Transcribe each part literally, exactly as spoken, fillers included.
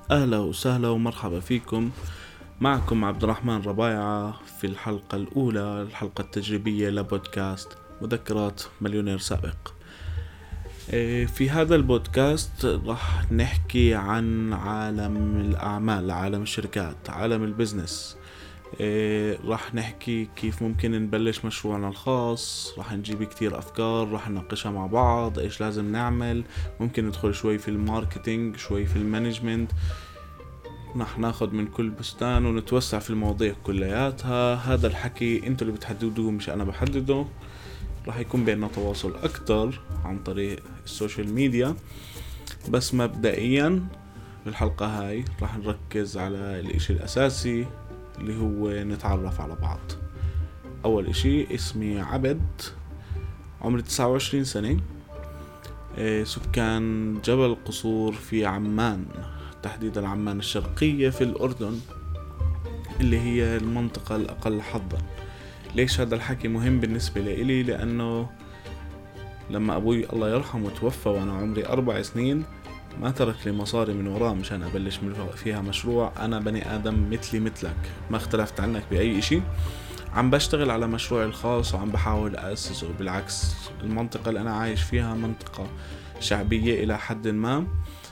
أهلا وسهلا ومرحبا فيكم. معكم عبد الرحمن ربايعة في الحلقة الأولى، الحلقة التجريبية لبودكاست مذكرات مليونير سابق. في هذا البودكاست راح نحكي عن عالم الأعمال، عالم الشركات، عالم البزنس. راح نحكي كيف ممكن نبلش مشروعنا الخاص، راح نجيب كتير أفكار، راح نناقشها مع بعض، إيش لازم نعمل. ممكن ندخل شوي في الماركتينج، شوي في المانجمنت. راح ناخد من كل بستان ونتوسع في المواضيع كلياتها. هذا الحكي انتوا اللي بتحددوه، مش أنا بحدده. راح يكون بيننا تواصل أكتر عن طريق السوشيال ميديا، بس مبدئيا بالحلقة هاي راح نركز على الاشي الأساسي اللي هو نتعرف على بعض. أول اشي، اسمي عبد، عمري تسعة وعشرين سنة، سكان جبل قصور في عمان، تحديدا عمان الشرقية في الأردن، اللي هي المنطقة الأقل حظا. ليش هذا الحكي مهم بالنسبة لي؟ لأنه لما أبوي الله يرحمه توفى وأنا عمري أربع سنين، ما ترك لي مصاري من وراه مشان أبلش فيها مشروع. أنا بني آدم مثلي مثلك، ما اختلفت عنك بأي إشي. عم بشتغل على مشروعي الخاص وعم بحاول أسسه. بالعكس، المنطقة اللي أنا عايش فيها منطقة شعبية إلى حد ما.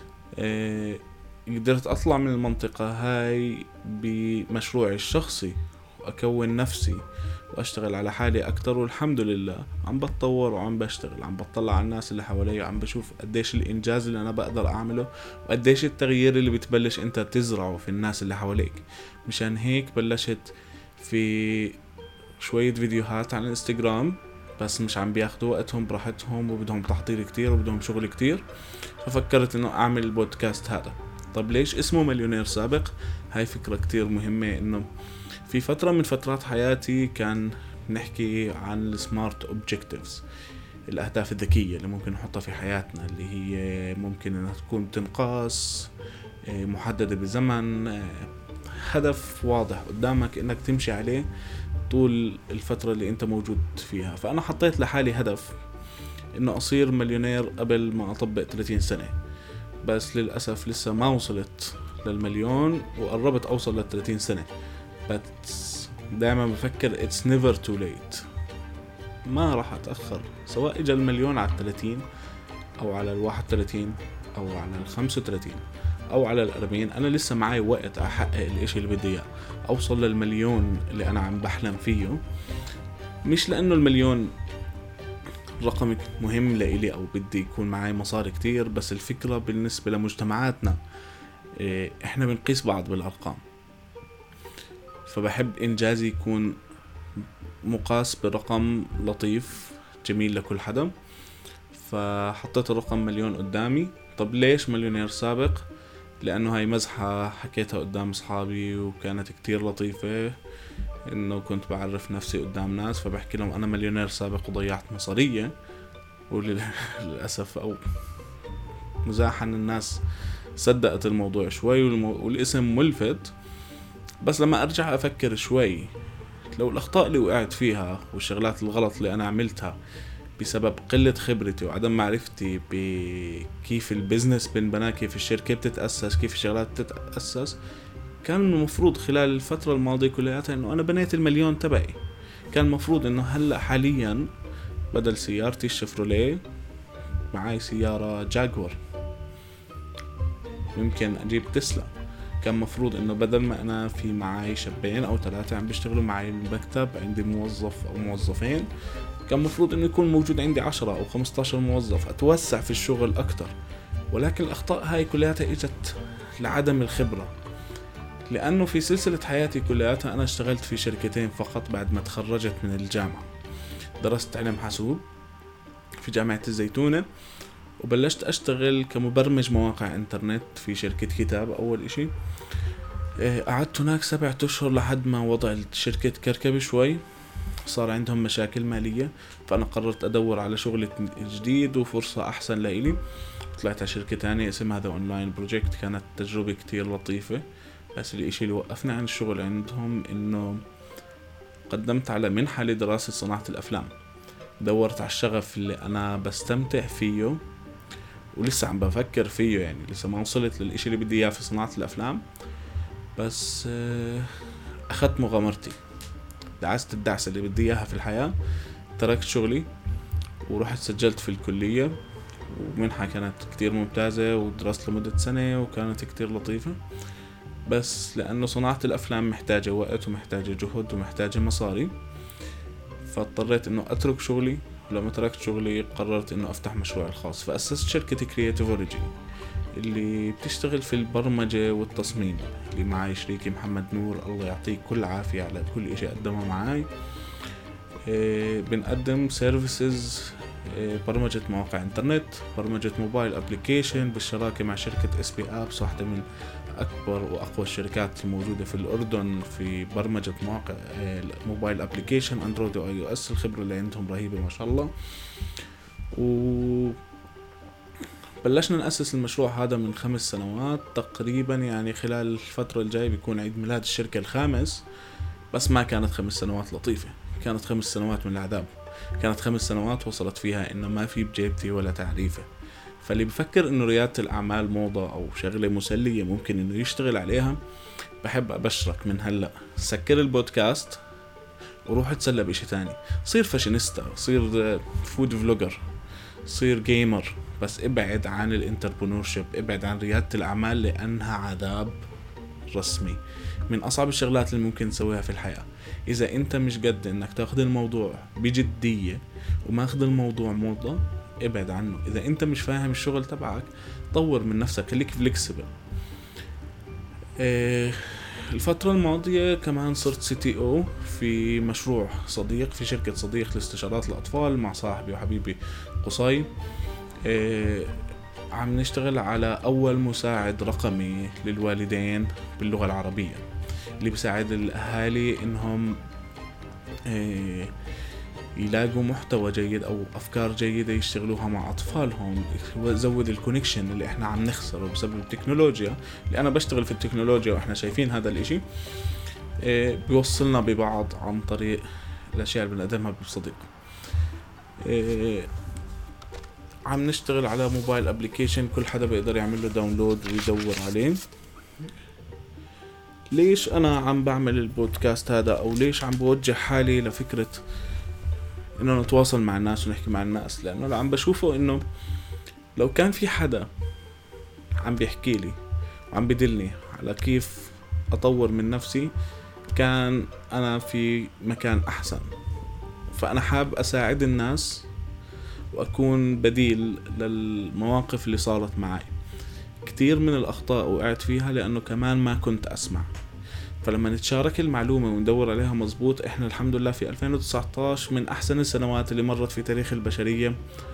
أه قدرت أطلع من المنطقة هاي بمشروعي الشخصي وأكون نفسي وأشتغل على حالي أكتر، والحمد لله عم بتطور وعم بشتغل. عم بطلع على الناس اللي حوالي وعم بشوف قديش الإنجاز اللي أنا بقدر أعمله وقديش التغيير اللي بتبلش أنت تزرعه في الناس اللي حواليك. مشان هيك بلشت في شوية فيديوهات على الانستغرام، بس مش عم بياخدوا وقتهم براحتهم وبدهم تحضير كتير وبدهم شغل كتير. ففكرت إنه أعمل البودكاست هذا. طب ليش اسمه مليونير سابق؟ هاي فكرة كتير مهمة. إنه في فترة من فترات حياتي كان نحكي عن السمارت اوبجكتيفز، الأهداف الذكية اللي ممكن نحطها في حياتنا، اللي هي ممكن أنها تكون تنقاس، محددة بزمن، هدف واضح قدامك إنك تمشي عليه طول الفترة اللي أنت موجود فيها. فأنا حطيت لحالي هدف إنه أصير مليونير قبل ما أطبق ثلاثين سنة، بس للأسف لسه ما وصلت للمليون وقربت أوصل للثلاثين سنة. بس دائما بفكر it's never too late، ما راح أتأخر. سواء إجا المليون على الثلاثين أو على الواحد ثلاثين أو على الخمسة وثلاثين أو على الأربعين، أنا لسه معي وقت أحقق الإشي اللي بدي إياه، أوصل للمليون اللي أنا عم بحلم فيه. مش لأنه المليون رقم مهم لإلي أو بدي يكون معي مصاري كتير، بس الفكرة بالنسبة لمجتمعاتنا إحنا بنقيس بعض بالأرقام، فبحب إنجازي يكون مقاس برقم لطيف جميل لكل حدا. فحطيت الرقم مليون قدامي. طب ليش مليونير سابق؟ لأنه هاي مزحة حكيتها قدام أصحابي وكانت كتير لطيفة، إنه كنت بعرف نفسي قدام ناس فبحكي لهم أنا مليونير سابق وضيعت مصارية، وللأسف أو مزاحا الناس صدقت الموضوع شوي والاسم ملفت. بس لما أرجع أفكر شوي، لو الأخطاء اللي وقعت فيها والشغلات الغلط اللي أنا عملتها بسبب قلة خبرتي وعدم معرفتي بكيف البزنس بنبنى، كيف الشركة بتتأسس، كيف الشغلات بتتأسس، كان المفروض خلال الفترة الماضية كلها إنه أنا بنيت المليون تبعي. كان المفروض إنه هلأ حاليا بدل سيارتي الشفروليه معاي سيارة جاكور، ممكن أجيب تسلا. كان مفروض إنه بدل ما أنا في معاي شابين أو ثلاثة عم بيشتغلوا معي المكتب، عندي موظف أو موظفين، كان مفروض إنه يكون موجود عندي عشرة أو خمستاشر موظف، أتوسع في الشغل أكتر. ولكن الأخطاء هاي كلها إجت لعدم الخبرة، لأنه في سلسلة حياتي كلها أنا اشتغلت في شركتين فقط بعد ما تخرجت من الجامعة. درست علم حاسوب في جامعة الزيتونة، وبلشت أشتغل كمبرمج مواقع إنترنت في شركة كتاب. أول إشي قعدت هناك سبعة أشهر لحد ما وضع الشركة كركب شوي، صار عندهم مشاكل مالية، فأنا قررت أدور على شغل جديد وفرصة أحسن لإلي. طلعت على شركة تانية اسمها ذا أونلاين بروجكت، كانت تجربة كتير لطيفة. بس الإشي اللي وقفني عن الشغل عندهم إنه قدمت على منحة لدراسة صناعة الأفلام، دورت على الشغف اللي أنا بستمتع فيه ولسه عم بفكر فيه، يعني لسه ما وصلت للإشي اللي بدي إياه في صناعة الأفلام، بس أخذت مغامرتي، دعست الدعسة اللي بدي إياها في الحياة، تركت شغلي ورحت سجلت في الكلية، ومنحة كانت كتير ممتازة ودرست لمدة سنة وكانت كتير لطيفة، بس لأنه صناعة الأفلام محتاجة وقت ومحتاجة جهد ومحتاجة مصاري، فاضطريت إنه أترك شغلي. ولما تركت شغلي قررت إنه أفتح مشروعي الخاص، فأسست شركة كرياتيفولوجي اللي بتشتغل في البرمجة والتصميم، اللي معي شريكي محمد نور، الله يعطيه كل عافية على كل إشي قدمه معاي. إيه بنقدم سيرفيسز، إيه برمجة مواقع انترنت، برمجة موبايل ابليكيشن بالشراكة مع شركة اس بي ابس، واحدة من أكبر وأقوى الشركات الموجودة في الأردن في برمجة مواقع موبايل ابليكيشن اندرويد و اي او اس. الخبرة اللي عندهم رهيبة ما شاء الله. وبلشنا نأسس المشروع هذا من خمس سنوات تقريبا، يعني خلال الفترة الجاية بيكون عيد ميلاد الشركة الخامس، بس ما كانت خمس سنوات لطيفة، كانت خمس سنوات من العذاب، كانت خمس سنوات وصلت فيها إنه ما في بجيبتي ولا تعريفة. فاللي بفكر إنه ريادة الأعمال موضة أو شغلة مسلية ممكن إنه يشتغل عليها، بحب أبشرك من هلأ، سكر البودكاست وروح تسلى بإشي تاني، صير فاشينيستا، صير فود فلوجر، صير جيمر، بس ابعد عن الانتربرنورشيب، ابعد عن ريادة الأعمال، لأنها عذاب رسمي، من أصعب الشغلات اللي ممكن تسويها في الحياة. إذا أنت مش قد إنك تأخذ الموضوع بجدية وما أخذ الموضوع موضة، ابعد عنه. إذا أنت مش فاهم الشغل تبعك، طور من نفسك، خليك فليكسبل. إيه الفترة الماضية كمان صرت سي تي او في مشروع صديق، في شركة صديق لاستشارات الأطفال مع صاحبي وحبيبي قصي. إيه عم نشتغل على أول مساعد رقمي للوالدين باللغة العربية، اللي بيساعد الأهالي إنهم إيه يلاقوا محتوى جيد أو أفكار جيدة يشتغلوها مع أطفالهم، يزود الكونكشن اللي إحنا عم نخسره بسبب التكنولوجيا. اللي أنا بشتغل في التكنولوجيا وإحنا شايفين هذا الإشي إيه بيوصلنا ببعض عن طريق الأشياء اللي بنقدمها بالصديق. إيه عم نشتغل على موبايل ابليكيشن كل حدا بيقدر يعمل له داونلود ويدور عليه. ليش أنا عم بعمل البودكاست هذا، أو ليش عم بوجه حالي لفكرة إنه نتواصل مع الناس ونحكي مع الناس؟ لأنه اللي عم بشوفه إنه لو كان في حدا عم بيحكي لي وعم بدلني على كيف أطور من نفسي، كان أنا في مكان أحسن. فأنا حاب أساعد الناس وأكون بديل للمواقف اللي صارت معي. كتير من الأخطاء وقعت فيها لأنه كمان ما كنت أسمع. فلما نتشارك المعلومة وندور عليها مظبوط، إحنا الحمد لله في ألفين وتسعة عشر من أحسن السنوات اللي مرت في تاريخ البشرية،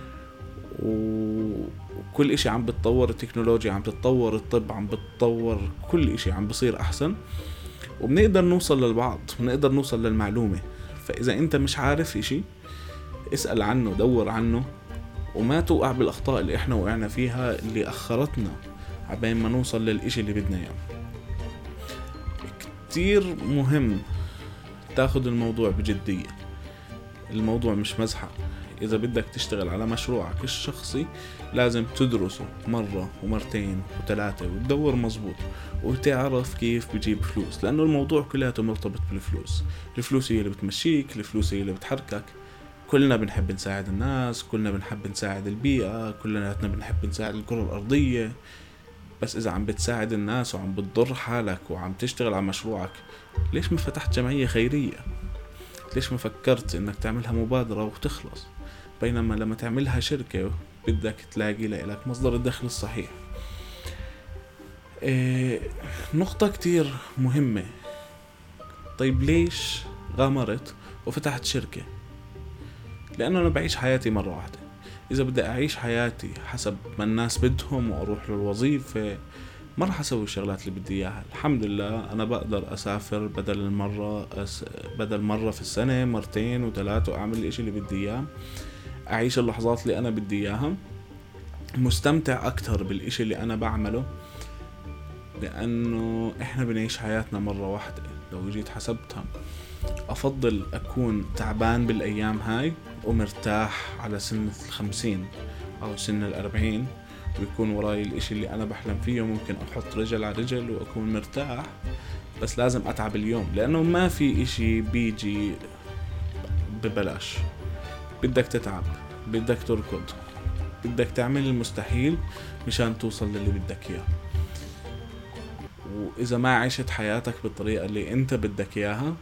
وكل إشي عم بتطور، التكنولوجيا عم بتطور، الطب عم بتطور، كل إشي عم بصير أحسن، وبنقدر نوصل للبعض ونقدر نوصل للمعلومة. فإذا أنت مش عارف إشي، اسأل عنه، دور عنه، وما توقع بالأخطاء اللي إحنا وقعنا فيها اللي أخرتنا عبين ما نوصل للإشي اللي بدنا إياه. كتير مهم تاخد الموضوع بجدية، الموضوع مش مزحة. إذا بدك تشتغل على مشروعك الشخصي لازم تدرسه مرة ومرتين وثلاثة وتدور مظبوط وتعرف كيف بيجيب فلوس، لأنه الموضوع كلياته مرتبط بالفلوس. الفلوس هي اللي بتمشيك، الفلوس هي اللي بتحركك. كلنا بنحب نساعد الناس، كلنا بنحب نساعد البيئة، كلنا بنحب نساعد الكرة الأرضية، بس إذا عم بتساعد الناس وعم بتضر حالك وعم تشتغل على مشروعك، ليش ما فتحت جمعية خيرية؟ ليش ما فكرت إنك تعملها مبادرة وتخلص؟ بينما لما تعملها شركة بدك تلاقي لك مصدر الدخل الصحيح. إيه نقطة كتير مهمة. طيب ليش غامرت وفتحت شركة؟ لأنه أنا بعيش حياتي مرة واحدة. إذا بدي أعيش حياتي حسب ما الناس بدهم وأروح للوظيفة، ما راح أسوي الشغلات اللي بدي إياها. الحمد لله أنا بقدر أسافر بدل المرة أس... بدل مرة في السنة مرتين وثلاثة، وأعمل الإشي اللي بدي إياه، أعيش اللحظات اللي أنا بدي إياها، مستمتع أكتر بالإشي اللي أنا بعمله، لأنه إحنا بنعيش حياتنا مرة واحدة. لو جيت حسبتها، أفضل أكون تعبان بالأيام هاي ومرتاح على سن الخمسين أو سن الأربعين، ويكون وراي الاشي اللي انا بحلم فيه، ممكن احط رجل على رجل واكون مرتاح، بس لازم اتعب اليوم، لانه ما في اشي بيجي ببلاش. بدك تتعب، بدك تركض، بدك تعمل المستحيل مشان توصل للي بدك اياه. واذا ما عشت حياتك بالطريقة اللي انت بدك اياها،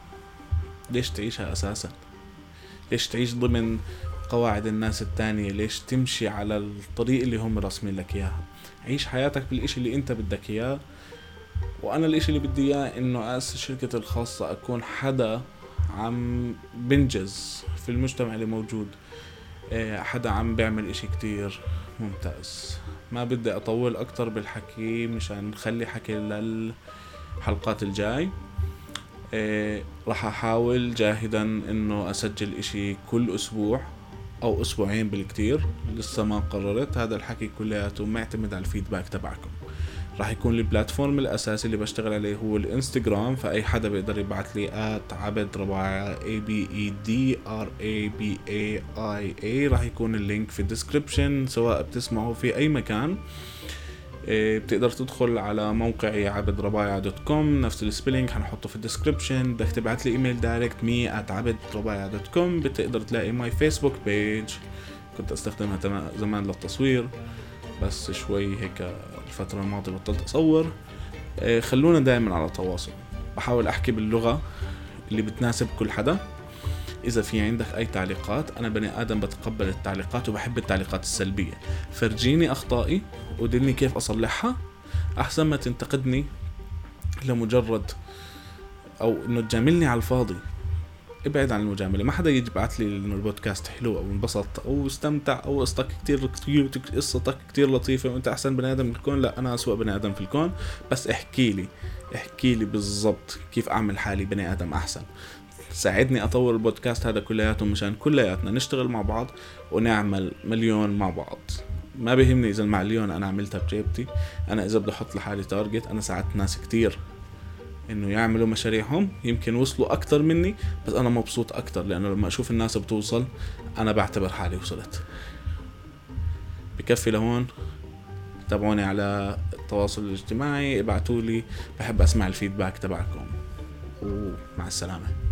ليش تعيشها اساسا؟ ليش تعيش ضمن قواعد الناس التانية؟ ليش تمشي على الطريق اللي هم راسمين لك اياها؟ عيش حياتك بالاشي اللي انت بدك اياه. وانا الاشي اللي بدي اياه انه اسس شركتي الخاصة، اكون حدا عم بنجز في المجتمع اللي موجود، حدا عم بيعمل اشي كتير ممتاز. ما بدي اطول اكتر بالحكي مشان نخلي حكي للحلقات الجاي. إيه راح احاول جاهدا انه اسجل اشي كل اسبوع او اسبوعين بالكتير، لسه ما قررت. هذا الحكي كلياته معتمد على الفيدباك تبعكم. راح يكون البلاتفورم الاساسي اللي بشتغل عليه هو الانستغرام، فاي حدا بيقدر يبعث لي آت عبد رباعي A B E D R A B A I A. راح يكون اللينك في الديسكريبشن، سواء بتسمعوا في اي مكان. بتقدر تدخل على موقعي عبد ربايع دوت كوم، نفس السبيلينج هنحطه في الديسكريبشن. بدك تبعت لي ايميل دايركت مي ات عبد ربايع دوت كوم. بتقدر تلاقي ماي فيسبوك بيج، كنت استخدمها زمان للتصوير بس شوي هيك الفترة الماضية بطلت اصور. خلونا دائما على تواصل، بحاول احكي باللغة اللي بتناسب كل حدا. إذا في عندك أي تعليقات، أنا بني آدم بتقبل التعليقات وبحب التعليقات السلبية. فرجيني أخطائي ودلني كيف أصلحها، أحسن ما تنتقدني لمجرد أو إنه تجاملني على الفاضي. ابعد عن المجاملة. ما حدا يجي بعت لي إنه البودكاست حلو أو انبسط أو استمتع أو قصتك كتير كتير قصتك كتير لطيفة وأنت أحسن بني آدم في الكون. لا، أنا أسوأ بني آدم في الكون. بس احكي لي احكي لي بالضبط كيف أعمل حالي بني آدم أحسن. ساعدني أطور البودكاست هذا كلياته مشان كلياتنا نشتغل مع بعض ونعمل مليون مع بعض. ما بيهمني إذا المليون أنا عملتها بجيبتي. أنا إذا بدي أحط لحالي تارجت، أنا ساعدت ناس كتير إنه يعملوا مشاريعهم، يمكن وصلوا أكتر مني، بس أنا مبسوط أكتر لأنه لما أشوف الناس بتوصل أنا بعتبر حالي وصلت. بكفي لهون. تابعوني على التواصل الاجتماعي، ابعتولي، بحب أسمع الفيدباك تبعكم. ومع السلامة.